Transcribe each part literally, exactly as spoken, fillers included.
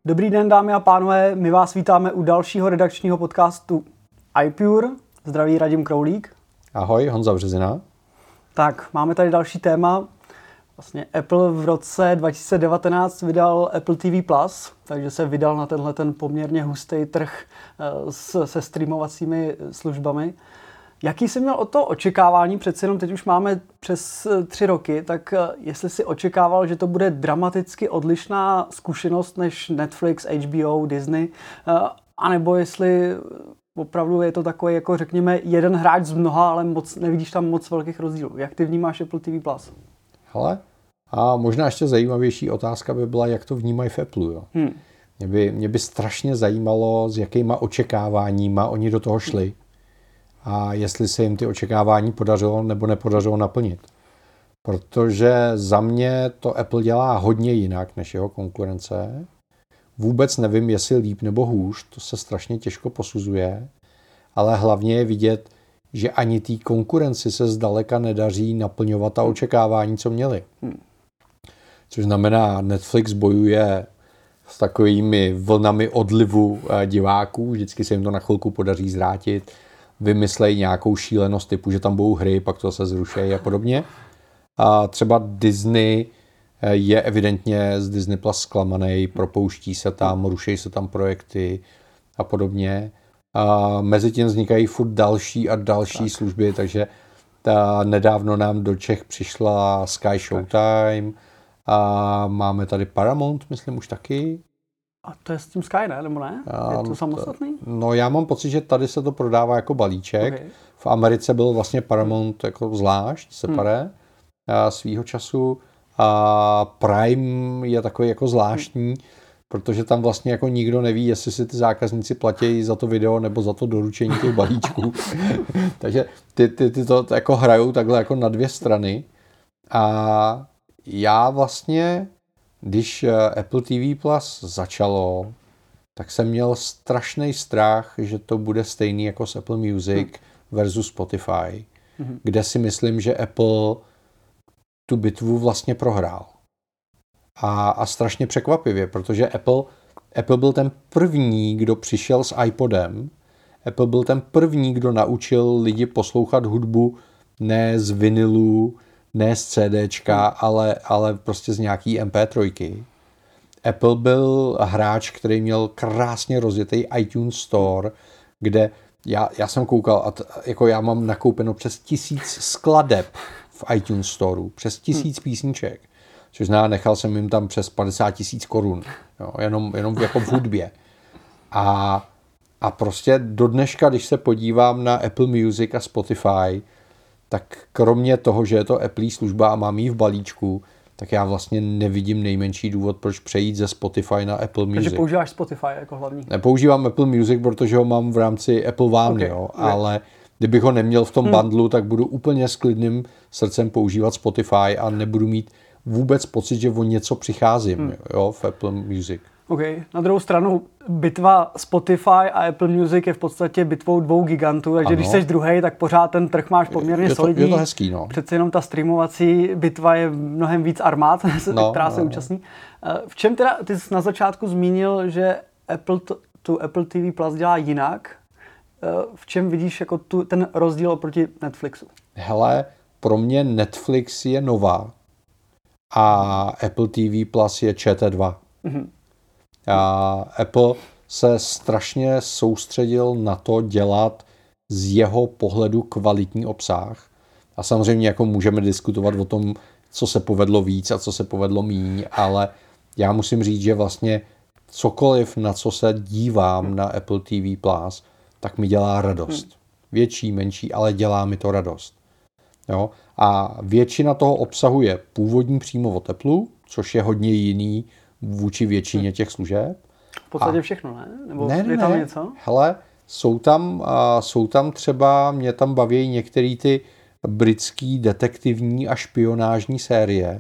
Dobrý den, dámy a pánové, my vás vítáme u dalšího redakčního podcastu iPure. Zdraví Radim Kroulík. Ahoj, Honza Březina. Tak, máme tady další téma. Vlastně Apple v roce dva tisíce devatenáct vydal Apple T V Plus, takže se vydal na tenhle ten poměrně hustý trh s, se streamovacími službami. Jaký jsi měl o to očekávání? Přeci jenom teď už máme přes tři roky, tak jestli jsi očekával, že to bude dramaticky odlišná zkušenost než Netflix, H B O, Disney, anebo jestli opravdu je to takový, jako řekněme, jeden hráč z mnoha, ale moc, nevidíš tam moc velkých rozdílů. Jak ty vnímáš Apple T V Plus? Hele, a možná ještě zajímavější otázka by byla, jak to vnímají v Apple. Jo? Hmm. Mě, by, mě by strašně zajímalo, s jakýma očekáváníma oni do toho šli. A jestli se jim ty očekávání podařilo nebo nepodařilo naplnit. Protože za mě to Apple dělá hodně jinak než jeho konkurence. Vůbec nevím, jestli líp nebo hůř, to se strašně těžko posuzuje, ale hlavně je vidět, že ani té konkurenci se zdaleka nedaří naplňovat ta očekávání, co měli. Což znamená, Netflix bojuje s takovými vlnami odlivu diváků, vždycky se jim to na chvilku podaří zvrátit, vymyslejí nějakou šílenost typu, že tam budou hry, pak to se zrušejí a podobně. A třeba Disney je evidentně z Disney Plus zklamaný, propouští se tam, rušejí se tam projekty a podobně. A mezi tím vznikají furt další a další tak. služby, takže ta nedávno nám do Čech přišla Sky Showtime a máme tady Paramount, myslím už taky. A to je s tím Sky, ne? Nebo ne? Je to samostatný? No já mám pocit, že tady se to prodává jako balíček. Okay. V Americe byl vlastně Paramount jako zvlášť, separé hmm. svýho času. A Prime je takový jako zvláštní, hmm. protože tam vlastně jako nikdo neví, jestli si ty zákazníci platí za to video nebo za to doručení těch balíčků. Takže ty, ty, ty to jako hrajou takhle jako na dvě strany. A já vlastně, když Apple T V Plus začalo, tak jsem měl strašný strach, že to bude stejný jako s Apple Music versus Spotify, hmm. kde si myslím, že Apple tu bitvu vlastně prohrál. A, a strašně překvapivě, protože Apple, Apple byl ten první, kdo přišel s iPodem. Apple byl ten první, kdo naučil lidi poslouchat hudbu ne z vinilu, ne z CDčka, ale, ale prostě z nějaký em pé tři. Apple byl hráč, který měl krásně rozjetý iTunes Store, kde já, já jsem koukal, a t, jako já mám nakoupeno přes tisíc skladeb v iTunes Storeu, přes tisíc hmm. písniček, což znamená, nechal jsem jim tam přes padesát tisíc korun, jo, jenom, jenom jako v hudbě. A, a prostě do dneška, když se podívám na Apple Music a Spotify, tak kromě toho, že je to Apple služba a mám ji v balíčku, tak já vlastně nevidím nejmenší důvod, proč přejít ze Spotify na Apple Music. Takže používáš Spotify jako hlavní? Nepoužívám Apple Music, protože ho mám v rámci Apple One, okay. jo, ale kdybych ho neměl v tom hmm. bundlu, tak budu úplně s klidným srdcem používat Spotify a nebudu mít vůbec pocit, že o něco přicházím hmm. jo, v Apple Music. OK. Na druhou stranu bitva Spotify a Apple Music je v podstatě bitvou dvou gigantů, takže ano. když jsi druhej, tak pořád ten trh máš poměrně je to, solidní. Je to hezký, no. Přece jenom ta streamovací bitva je mnohem víc armád, no, která se no, účastní. V čem teda, ty jsi na začátku zmínil, že Apple to, tu Apple T V Plus dělá jinak. V čem vidíš jako tu, ten rozdíl oproti Netflixu? Hele, pro mě Netflix je nová a Apple T V Plus je Č T dva. Mm-hmm. A Apple se strašně soustředil na to dělat z jeho pohledu kvalitní obsah. A samozřejmě jako můžeme diskutovat o tom, co se povedlo víc a co se povedlo míň, ale já musím říct, že vlastně cokoliv, na co se dívám na Apple T V Plus, tak mi dělá radost. Větší, menší, ale dělá mi to radost. Jo? A většina toho obsahu je původní přímo od Apple, což je hodně jiný vůči většině těch služeb. V podstatě a... všechno, ne? Nebo ne, ne, je tam ne. něco? Hele, jsou tam, uh, jsou tam třeba, mě tam baví některé ty britský detektivní a špionážní série.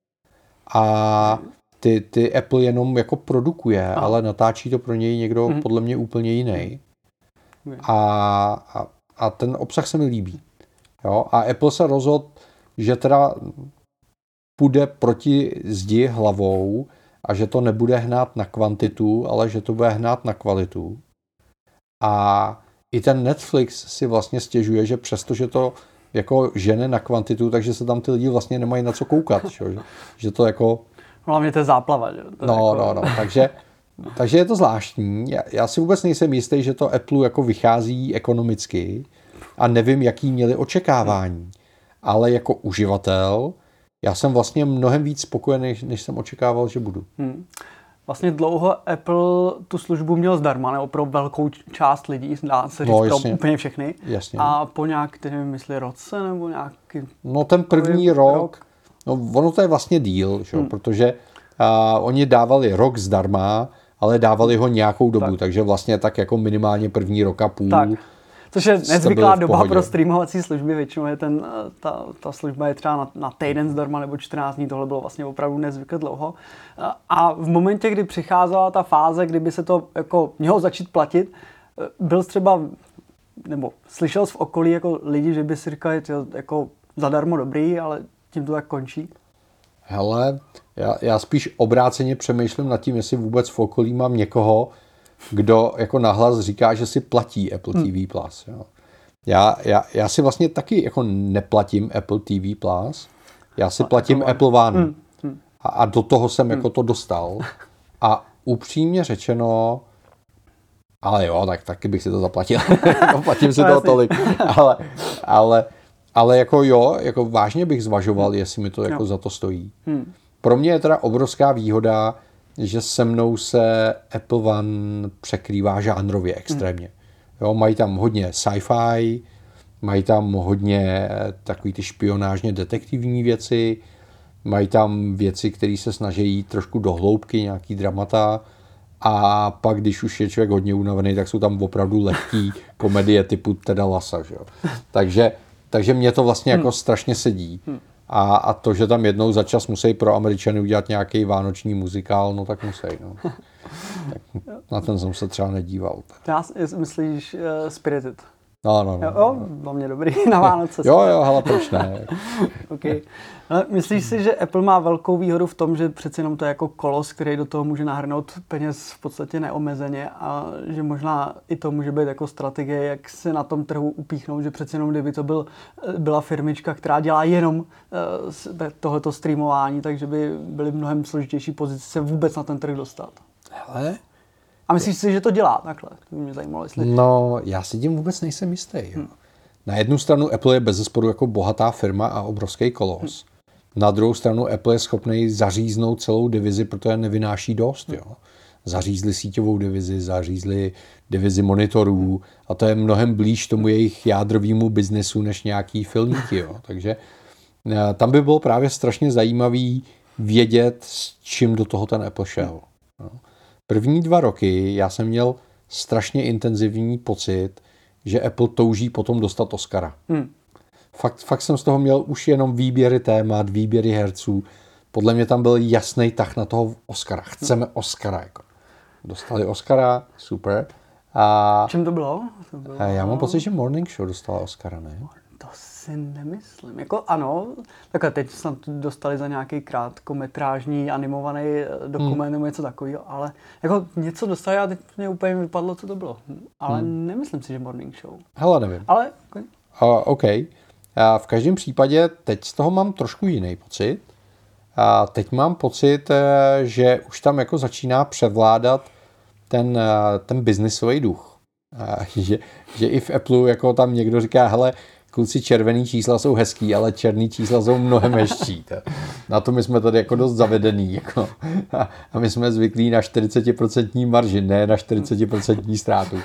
A ty, ty Apple jenom jako produkuje, Aha. ale natáčí to pro něj někdo mm-hmm. podle mě úplně jiný. Okay. A, a, a ten obsah se mi líbí. Jo? A Apple se rozhodl, že teda půjde proti zdi hlavou a že to nebude hnát na kvantitu, ale že to bude hnát na kvalitu. A i ten Netflix si vlastně stěžuje, že přesto, že to jako žene na kvantitu, takže se tam ty lidi vlastně nemají na co koukat. Že, že to jako... Hlavně to je záplava. Že? To no, jako... no, no, takže, takže je to zvláštní. Já, já si vůbec nejsem jistý, že to Apple jako vychází ekonomicky a nevím, jaký měli očekávání. Ale jako uživatel já jsem vlastně mnohem víc spokojený, než jsem očekával, že budu. Hmm. Vlastně dlouho Apple tu službu měl zdarma, nebo pro velkou část lidí, dá se říct no, pro úplně všechny. Jasně. A po nějak, nevím, jestli roce, nebo nějaký... No ten první rok, rok, no ono to je vlastně deal, že? Hmm. protože uh, oni dávali rok zdarma, ale dávali ho nějakou dobu, tak. takže vlastně tak jako minimálně první rok a půl. Tak. Což je nezvyklá doba pro streamovací služby, většinou je ten, ta, ta služba je třeba na, na týden zdarma nebo čtrnáct dní, tohle bylo vlastně opravdu nezvykle dlouho. A v momentě, kdy přicházela ta fáze, kdyby se to jako mělo začít platit, byl třeba, nebo slyšel jsi v okolí jako lidi, že by si říkali, jako zadarmo dobrý, ale tím to tak končí? Hele, já, já spíš obráceně přemýšlím nad tím, jestli vůbec v okolí mám někoho, kdo jako nahlas říká, že si platí Apple T V Plus. Jo. Já, já, já si vlastně taky jako neplatím Apple T V Plus, já si platím Apple, Apple One. Hmm. Hmm. A, a do toho jsem hmm. jako to dostal. A upřímně řečeno, ale jo, tak taky bych si to zaplatil. Platím si toho tolik. Ale, ale, ale jako jo, jako vážně bych zvažoval, hmm. jestli mi to jako jo. za to stojí. Hmm. Pro mě je teda obrovská výhoda, že se mnou se Apple One překrývá žánrově extrémně. Jo, mají tam hodně sci-fi, mají tam hodně takový ty špionážně detektivní věci, mají tam věci, které se snaží jít trošku do hloubky, nějaký dramata, a pak, když už je člověk hodně unavený, tak jsou tam opravdu lehký komedie typu Teda Lassa. Že? Takže, takže mě to vlastně jako strašně sedí. A, a to, že tam jednou za čas musí pro Američany udělat nějaký vánoční muzikál, no tak musí. No. Tak na ten jsem se třeba nedíval. Já myslíš uh, Spirited? No, no, no. Jo, jo, za mě dobrý na Vánoce. jo, jo, hele, proč ne? Okay. Ale myslíš si, že Apple má velkou výhodu v tom, že přeci jenom to je jako kolos, který do toho může nahrnout peněz v podstatě neomezeně a že možná i to může být jako strategie, jak se na tom trhu upíchnout, že přeci jenom kdyby to byl, byla firmička, která dělá jenom uh, tohleto streamování, takže by byly mnohem složitější pozice se vůbec na ten trh dostat. Hele. A myslíš si, že to dělá takhle? To by mě zajímalo, jestli... No, já si tím vůbec nejsem jistý. Hmm. Na jednu stranu Apple je bezesporu jako bohatá firma a obrovský kolos. Hmm. Na druhou stranu Apple je schopný zaříznout celou divizi, protože nevynáší dost. Jo. Zařízli síťovou divizi, zařízli divizi monitorů a to je mnohem blíž tomu jejich jádrovému biznesu než nějaký filmíky. Jo. Takže tam by bylo právě strašně zajímavý vědět, s čím do toho ten Apple šel. Jo. První dva roky já jsem měl strašně intenzivní pocit, že Apple touží potom dostat Oscara. Hmm. Fakt, fakt jsem z toho měl už jenom výběry témat, výběry herců. Podle mě tam byl jasný tah na toho Oscara. Chceme Oscara. Jako. Dostali Oscara, super. A čím to bylo? To bylo... Já mám pocit, že Morning Show dostala Oscara, ne? To si nemyslím. Jako ano, takhle teď snad dostali za nějaký krátkometrážní animovaný dokument hmm. nebo něco takového, ale jako něco dostali a teď mě úplně vypadlo, co to bylo. Ale hmm. nemyslím si, že Morning Show. Hele, nevím. Ale okay. Uh, OK. A v každém případě teď z toho mám trošku jiný pocit. A teď mám pocit, že už tam jako začíná převládat ten, ten biznisový duch. A že, že i v Apple jako tam někdo říká, hele, kluci, červený čísla jsou hezký, ale černý čísla jsou mnohem hezčí. Na to my jsme tady jako dost zavedený. Jako. A my jsme zvyklí na čtyřicet procent marži, ne na čtyřicet procent ztrátu.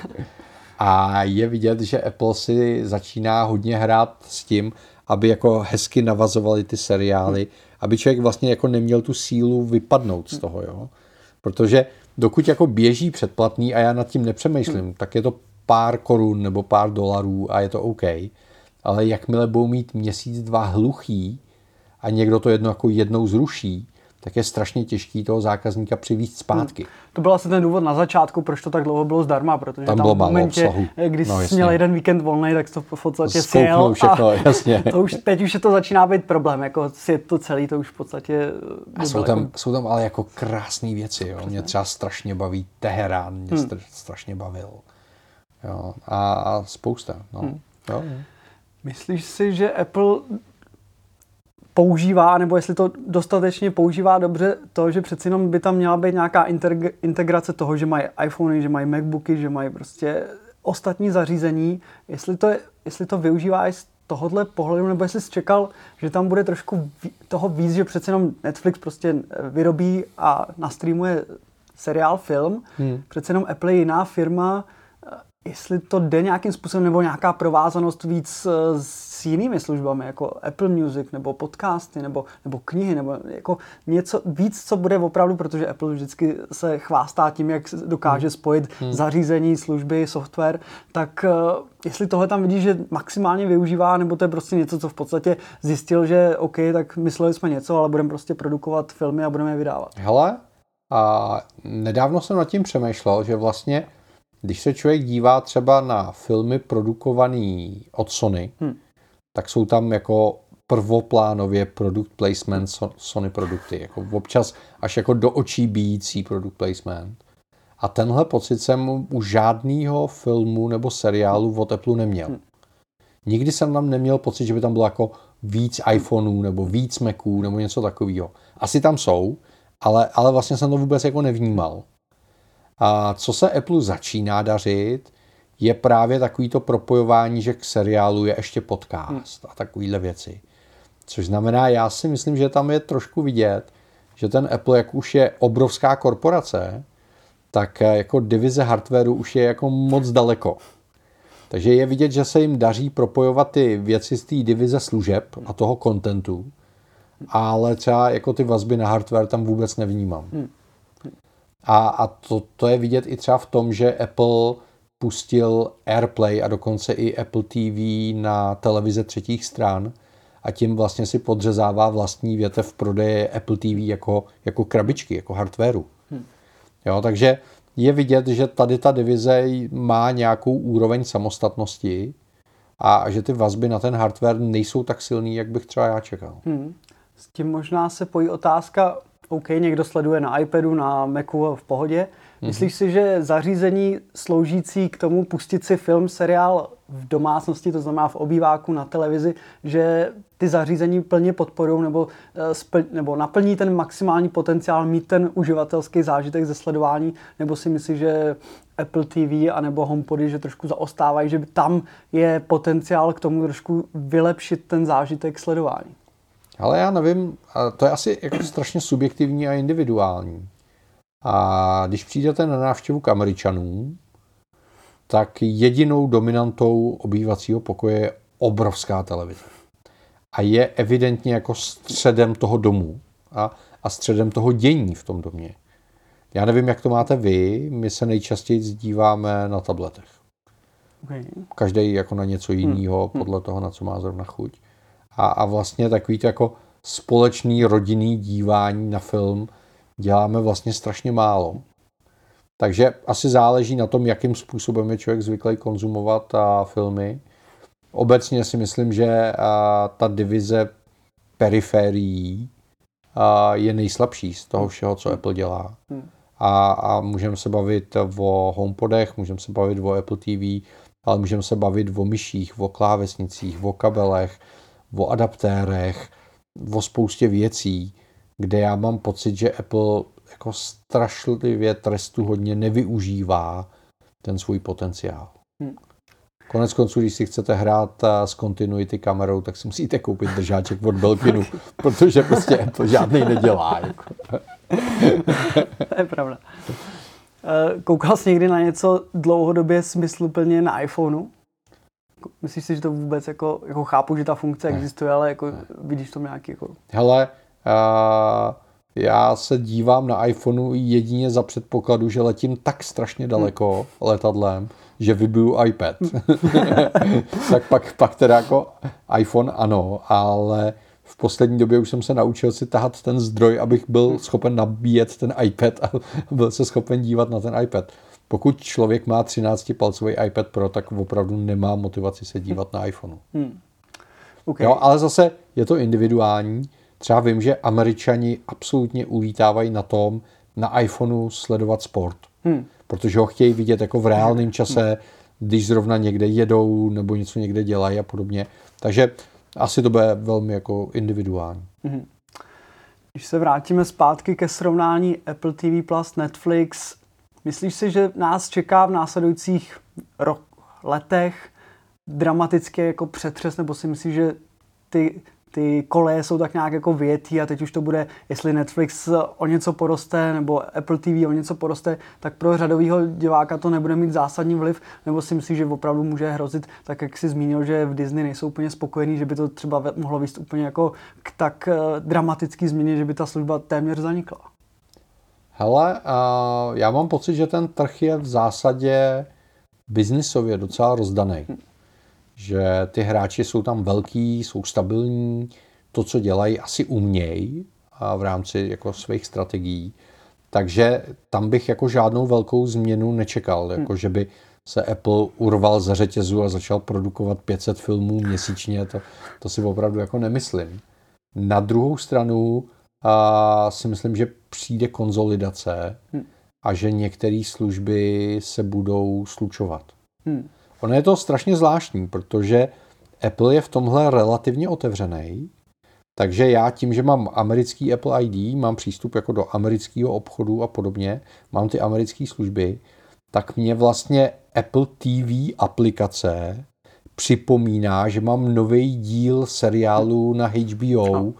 A je vidět, že Apple si začíná hodně hrát s tím, aby jako hezky navazovali ty seriály, aby člověk vlastně jako neměl tu sílu vypadnout z toho, jo. Protože dokud jako běží předplatný a já nad tím nepřemýšlím, tak je to pár korun nebo pár dolarů a je to OK. Ale jakmile budou mít měsíc, dva hluchý a někdo to jedno jako jednou zruší, tak je strašně těžký toho zákazníka přivést zpátky. Hmm. To byl asi ten důvod na začátku, proč to tak dlouho bylo zdarma, protože tam, tam v momentě, obsahu. Když no, jsi měl jeden víkend volný, tak to v podstatě sjel všechno, a jasně. To už, teď už je to začíná být problém, jako si to celý, to už v podstatě... A jsou tam, jako... jsou tam ale jako krásné věci, jo. Mě třeba strašně baví Teherán, mě hmm. strašně bavil. Jo. A, a spousta, no. Hmm. Jo. Myslíš si, že Apple používá, nebo jestli to dostatečně používá dobře to, že přeci jenom by tam měla být nějaká integrace toho, že mají iPhony, že mají MacBooky, že mají prostě ostatní zařízení, jestli to, je, jestli to využívá i z tohohle pohledu, nebo jestli jsi čekal, že tam bude trošku toho víc, že přeci jenom Netflix prostě vyrobí a nastreamuje seriál, film, hmm. přeci jenom Apple je jiná firma, jestli to jde nějakým způsobem, nebo nějaká provázanost víc s jinými službami, jako Apple Music, nebo podcasty, nebo, nebo knihy, nebo jako něco víc, co bude opravdu, protože Apple vždycky se chvástá tím, jak dokáže spojit hmm. zařízení, služby, software, tak uh, jestli tohle tam vidíš, že maximálně využívá, nebo to je prostě něco, co v podstatě zjistil, že OK, tak mysleli jsme něco, ale budeme prostě produkovat filmy a budeme je vydávat. Hele, a nedávno jsem nad tím přemýšlel, že vlastně když se člověk dívá třeba na filmy produkovaný od Sony, hmm. tak jsou tam jako prvoplánově product placement Sony produkty. Jako občas až jako do očí bijící product placement. A tenhle pocit jsem u žádného filmu nebo seriálu od Apple neměl. Hmm. Nikdy jsem tam neměl pocit, že by tam bylo jako víc iPhoneů nebo víc Maců nebo něco takového. Asi tam jsou, ale, ale vlastně jsem to vůbec jako nevnímal. A co se Apple začíná dařit, je právě takovýto propojování, že k seriálu je ještě podcast a takovýhle věci. Což znamená, já si myslím, že tam je trošku vidět, že ten Apple, jak už je obrovská korporace, tak jako divize hardwareu už je jako moc daleko. Takže je vidět, že se jim daří propojovat ty věci z té divize služeb a toho contentu, ale třeba jako ty vazby na hardware tam vůbec nevnímám. A, a to, to je vidět i třeba v tom, že Apple pustil AirPlay a dokonce i Apple T V na televize třetích stran a tím vlastně si podřezává vlastní větev prodeje Apple T V jako, jako krabičky, jako hardwareu. Hmm. Jo, takže je vidět, že tady ta divize má nějakou úroveň samostatnosti a že ty vazby na ten hardware nejsou tak silný, jak bych třeba já čekal. Hmm. S tím možná se pojí otázka, OK, někdo sleduje na iPadu, na Macu v pohodě. Myslíš mm-hmm. si, že zařízení sloužící k tomu pustit si film, seriál v domácnosti, to znamená v obýváku, na televizi, že ty zařízení plně podporují nebo, spl- nebo naplní ten maximální potenciál mít ten uživatelský zážitek ze sledování, nebo si myslíš, že Apple T V a nebo HomePody, že trošku zaostávají, že tam je potenciál k tomu trošku vylepšit ten zážitek sledování? Ale já nevím, to je asi jako strašně subjektivní a individuální. A když přijdete na návštěvu k Američanům, tak jedinou dominantou obývacího pokoje je obrovská televize. A je evidentně jako středem toho domu a, a středem toho dění v tom domě. Já nevím, jak to máte vy, my se nejčastěji díváme na tabletech. Okay. Každý jako na něco jiného, hmm. podle toho, na co má zrovna chuť. A, a vlastně takový to jako společný rodinný dívání na film děláme vlastně strašně málo. Takže asi záleží na tom, jakým způsobem je člověk zvyklý konzumovat a filmy. Obecně si myslím, že a, ta divize periférií a, je nejslabší z toho všeho, co Apple dělá. A, a můžeme se bavit o HomePodech, můžeme se bavit o Apple T V, ale můžeme se bavit o myších, o klávesnicích, o kabelech, o adaptérech, o spoustě věcí, kde já mám pocit, že Apple jako strašlivě trestuhodně nevyužívá ten svůj potenciál. Hmm. Konec konců, když si chcete hrát s continuity kamerou, tak si musíte koupit držáček od Belkinu, protože prostě Apple žádnej nedělá. Jako. To je pravda. Koukal jsi někdy na něco dlouhodobě smysluplně na iPhoneu? Myslíš si, že to vůbec jako, jako chápu, že ta funkce ne. existuje, ale jako vidíš to nějaký jako... Hele, uh, já se dívám na iPhoneu jedině za předpokladu, že letím tak strašně daleko hmm. letadlem, že vybiju iPad. Tak pak, pak teda jako iPhone ano, ale v poslední době už jsem se naučil si tahat ten zdroj, abych byl schopen nabíjet ten iPad a byl se schopen dívat na ten iPad. Pokud člověk má třináctipalcový iPad Pro, tak opravdu nemá motivaci se dívat na iPhoneu. Hmm. Okay. Jo, ale zase je to individuální. Třeba vím, že Američani absolutně uvítávají na tom na iPhoneu sledovat sport. Hmm. Protože ho chtějí vidět jako v reálném čase, hmm. když zrovna někde jedou nebo něco někde dělají a podobně. Takže asi to bude velmi jako individuální. Hmm. Když se vrátíme zpátky ke srovnání Apple T V plus, Netflix, myslíš si, že nás čeká v následujících rok, letech dramaticky jako přetřes, nebo si myslíš, že ty, ty koleje jsou tak nějak jako vyjetý a teď už to bude, jestli Netflix o něco poroste nebo Apple T V o něco poroste, tak pro řadovýho diváka to nebude mít zásadní vliv, nebo si myslíš, že opravdu může hrozit, tak jak jsi zmínil, že v Disney nejsou úplně spokojení, že by to třeba mohlo vést úplně jako k tak dramatický změně, že by ta služba téměř zanikla? Hele, uh, já mám pocit, že ten trh je v zásadě biznisově docela rozdaný. Hmm. Že ty hráči jsou tam velký, jsou stabilní, to, co dělají, asi umějí a v rámci jako svých strategií. Takže tam bych jako žádnou velkou změnu nečekal, hmm. jako že by se Apple urval za řetězu a začal produkovat pět set filmů měsíčně, to, to si opravdu jako nemyslím. Na druhou stranu a si myslím, že přijde konzolidace hmm. a že některé služby se budou slučovat. Hmm. Ono je to strašně zvláštní, protože Apple je v tomhle relativně otevřený, takže já tím, že mám americký Apple I D, mám přístup jako do amerického obchodu a podobně, mám ty americké služby, tak mě vlastně Apple T V aplikace připomíná, že mám nový díl seriálu na H B O,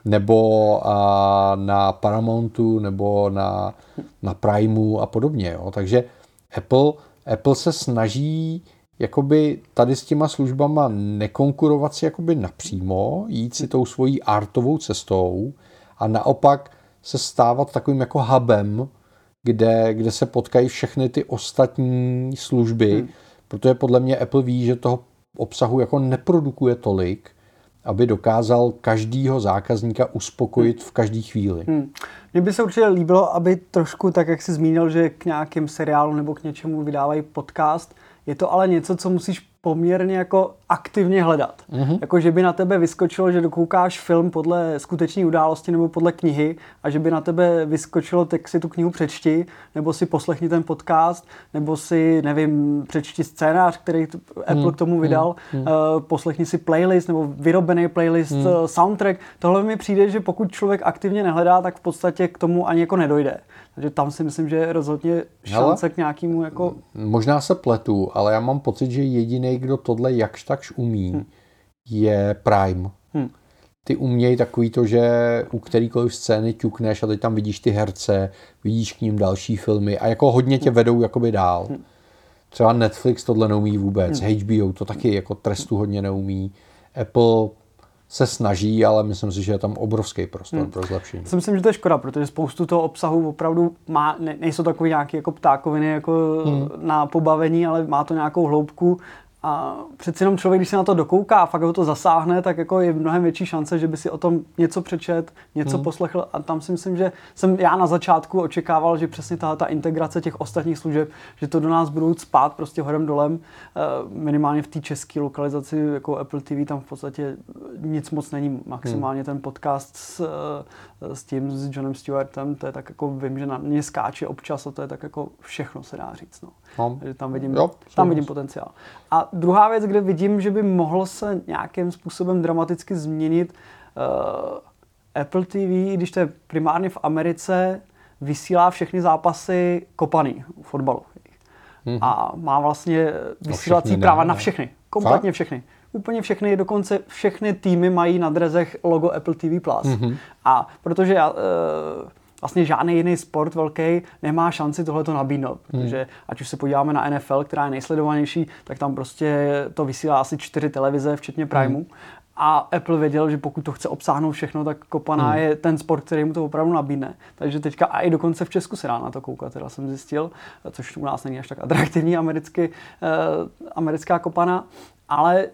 nebo a, na Paramountu, nebo na, na Primeu a podobně. Jo. Takže Apple, Apple se snaží jakoby tady s těma službama nekonkurovat si jakoby napřímo, jít si tou svojí artovou cestou a naopak se stávat takovým jako hubem, kde, kde se potkají všechny ty ostatní služby, hmm. protože podle mě Apple ví, že toho obsahu jako neprodukuje tolik, aby dokázal každýho zákazníka uspokojit v každý chvíli. Hmm. Mně by se určitě líbilo, aby trošku, tak jak jsi zmínil, že k nějakým seriálu nebo k něčemu vydávají podcast, je to ale něco, co musíš poměrně jako aktivně hledat. Mm-hmm. Jako, že by na tebe vyskočilo, že dokoukáš film podle skutečné události nebo podle knihy a že by na tebe vyskočilo, tak si tu knihu přečti, nebo si poslechni ten podcast, nebo si, nevím, přečti scénář, který Apple mm. k tomu vydal, mm. uh, poslechni si playlist nebo vyrobený playlist, mm. uh, soundtrack. Tohle mi přijde, že pokud člověk aktivně nehledá, tak v podstatě k tomu ani jako nedojde. Takže tam si myslím, že je rozhodně šance Hele, k nějakému jako... Možná se pletu, ale já mám pocit, že jediný, kdo tohle jakž takž umí, hmm. je Prime. Hmm. Ty umějí takový to, že u kterýkoliv scény ťukneš a teď tam vidíš ty herce, vidíš k ním další filmy a jako hodně tě vedou jakoby dál. Hmm. Třeba Netflix tohle neumí vůbec, hmm. H B O to taky jako trestu hodně neumí. Apple se snaží, ale myslím si, že je tam obrovský prostor hmm. pro zlepšení. Já myslím, že to je škoda, protože spoustu toho obsahu opravdu má, ne, nejsou takový nějaký jako ptákoviny jako hmm. na pobavení, ale má to nějakou hloubku. A přeci jenom člověk, když se na to dokouká a fakt ho to zasáhne, tak jako je mnohem větší šance, že by si o tom něco přečet, něco hmm. poslechl. A tam si myslím, že jsem já na začátku očekával, že přesně ta, ta integrace těch ostatních služeb, že to do nás budou spát prostě horem dolem. Minimálně v té české lokalizaci jako Apple T V tam v podstatě nic moc není. Maximálně hmm. ten podcast s, s tím, s Johnem Stewartem, to je tak jako vím, že na mě skáče občas a to je tak jako všechno se dá říct. No. No. Takže tam vidím, jo, tam vidím potenciál. A druhá věc, kde vidím, že by mohl se nějakým způsobem dramaticky změnit uh, Apple T V, když to je primárně v Americe, vysílá všechny zápasy kopaný fotbalu. Mm-hmm. A má vlastně vysílací no práva ne, na všechny. Kompletně Fakt? všechny. Úplně všechny, dokonce všechny týmy mají na drezech logo Apple T V plus. Mm-hmm. A protože já... Uh, Vlastně žádný jiný sport velký nemá šanci tohleto nabídnout, hmm. protože ať už se podíváme na N F L, která je nejsledovanější, tak tam prostě to vysílá asi čtyři televize, včetně Primeu. Hmm. A Apple věděl, že pokud to chce obsáhnout všechno, tak kopaná hmm. je ten sport, který mu to opravdu nabídne. Takže teďka a i dokonce v Česku se dá na to koukat, teda jsem zjistil, což u nás není až tak atraktivní americky, eh, americká kopaná, ale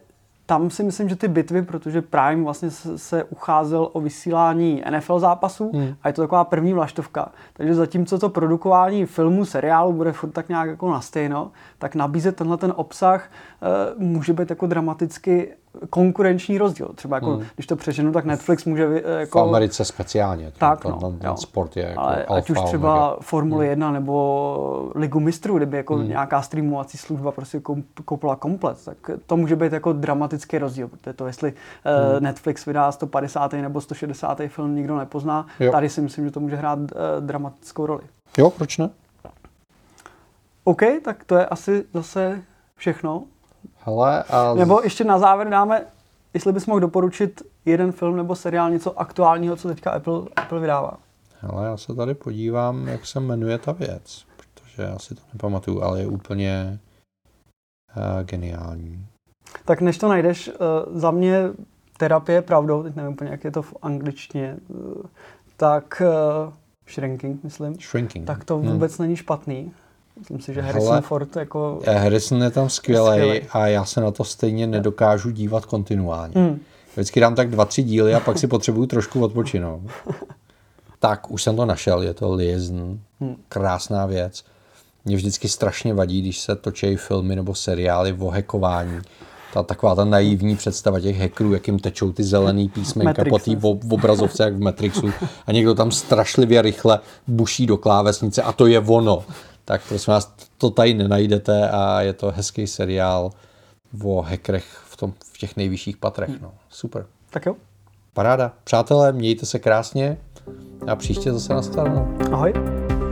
tam si myslím, že ty bitvy, protože Prime vlastně se ucházel o vysílání N F L zápasů hmm. a je to taková první vlaštovka. Takže zatímco to produkování filmu, seriálu bude furt tak nějak jako na stejno, tak nabízet tenhle ten obsah uh, může být jako dramaticky konkurenční rozdíl. Třeba jako, hmm. když to přeženu, tak Netflix může... Jako... V Americe speciálně. Tak, ten, no, ten, ten sport je jako ale alfa, ať už třeba omega. Formule hmm. jedna nebo Ligu mistrů, kdyby jako hmm. nějaká streamovací služba prostě koupila komplet, tak to může být jako dramatický rozdíl, protože to, jestli hmm. Netflix vydá sto padesátý nebo sto šedesátý film, nikdo nepozná. Jo. Tady si myslím, že to může hrát uh, dramatickou roli. Jo, proč ne? OK, tak to je asi zase všechno. Hele, a... Nebo ještě na závěr dáme, jestli bys mohl doporučit jeden film nebo seriál, něco aktuálního, co teďka Apple, Apple vydává. Hele, já se tady podívám, jak se jmenuje ta věc, protože já si to nepamatuju, ale je úplně uh, geniální. Tak než to najdeš, uh, za mě terapie pravdou, teď nevím úplně, jak je to v angličtině, uh, tak uh, shrinking, myslím. Shrinking. Tak to vůbec hmm. není špatný. Myslím si, že Harrison Hele, Ford jako... Harrison je tam skvělej a já se na to stejně nedokážu dívat kontinuálně. Hmm. Vždycky dám tak dva, tři díly a pak si potřebuju trošku odpočinout. Tak, už jsem to našel, je to Liaison. Hmm. Krásná věc. Mě vždycky strašně vadí, když se točí filmy nebo seriály o hackování. Ta taková ta naivní představa těch hackerů, jak jim tečou ty zelený písmenka Matrix, po té v obrazovce, jak v Matrixu. A někdo tam strašlivě rychle buší do klávesnice a to je ono. Tak prosím vás, to tady nenajdete a je to hezký seriál o hackerech v, tom, v těch nejvyšších patrech. No. Super. Tak jo. Paráda. Přátelé, mějte se krásně a příště zase nashledanou. Ahoj.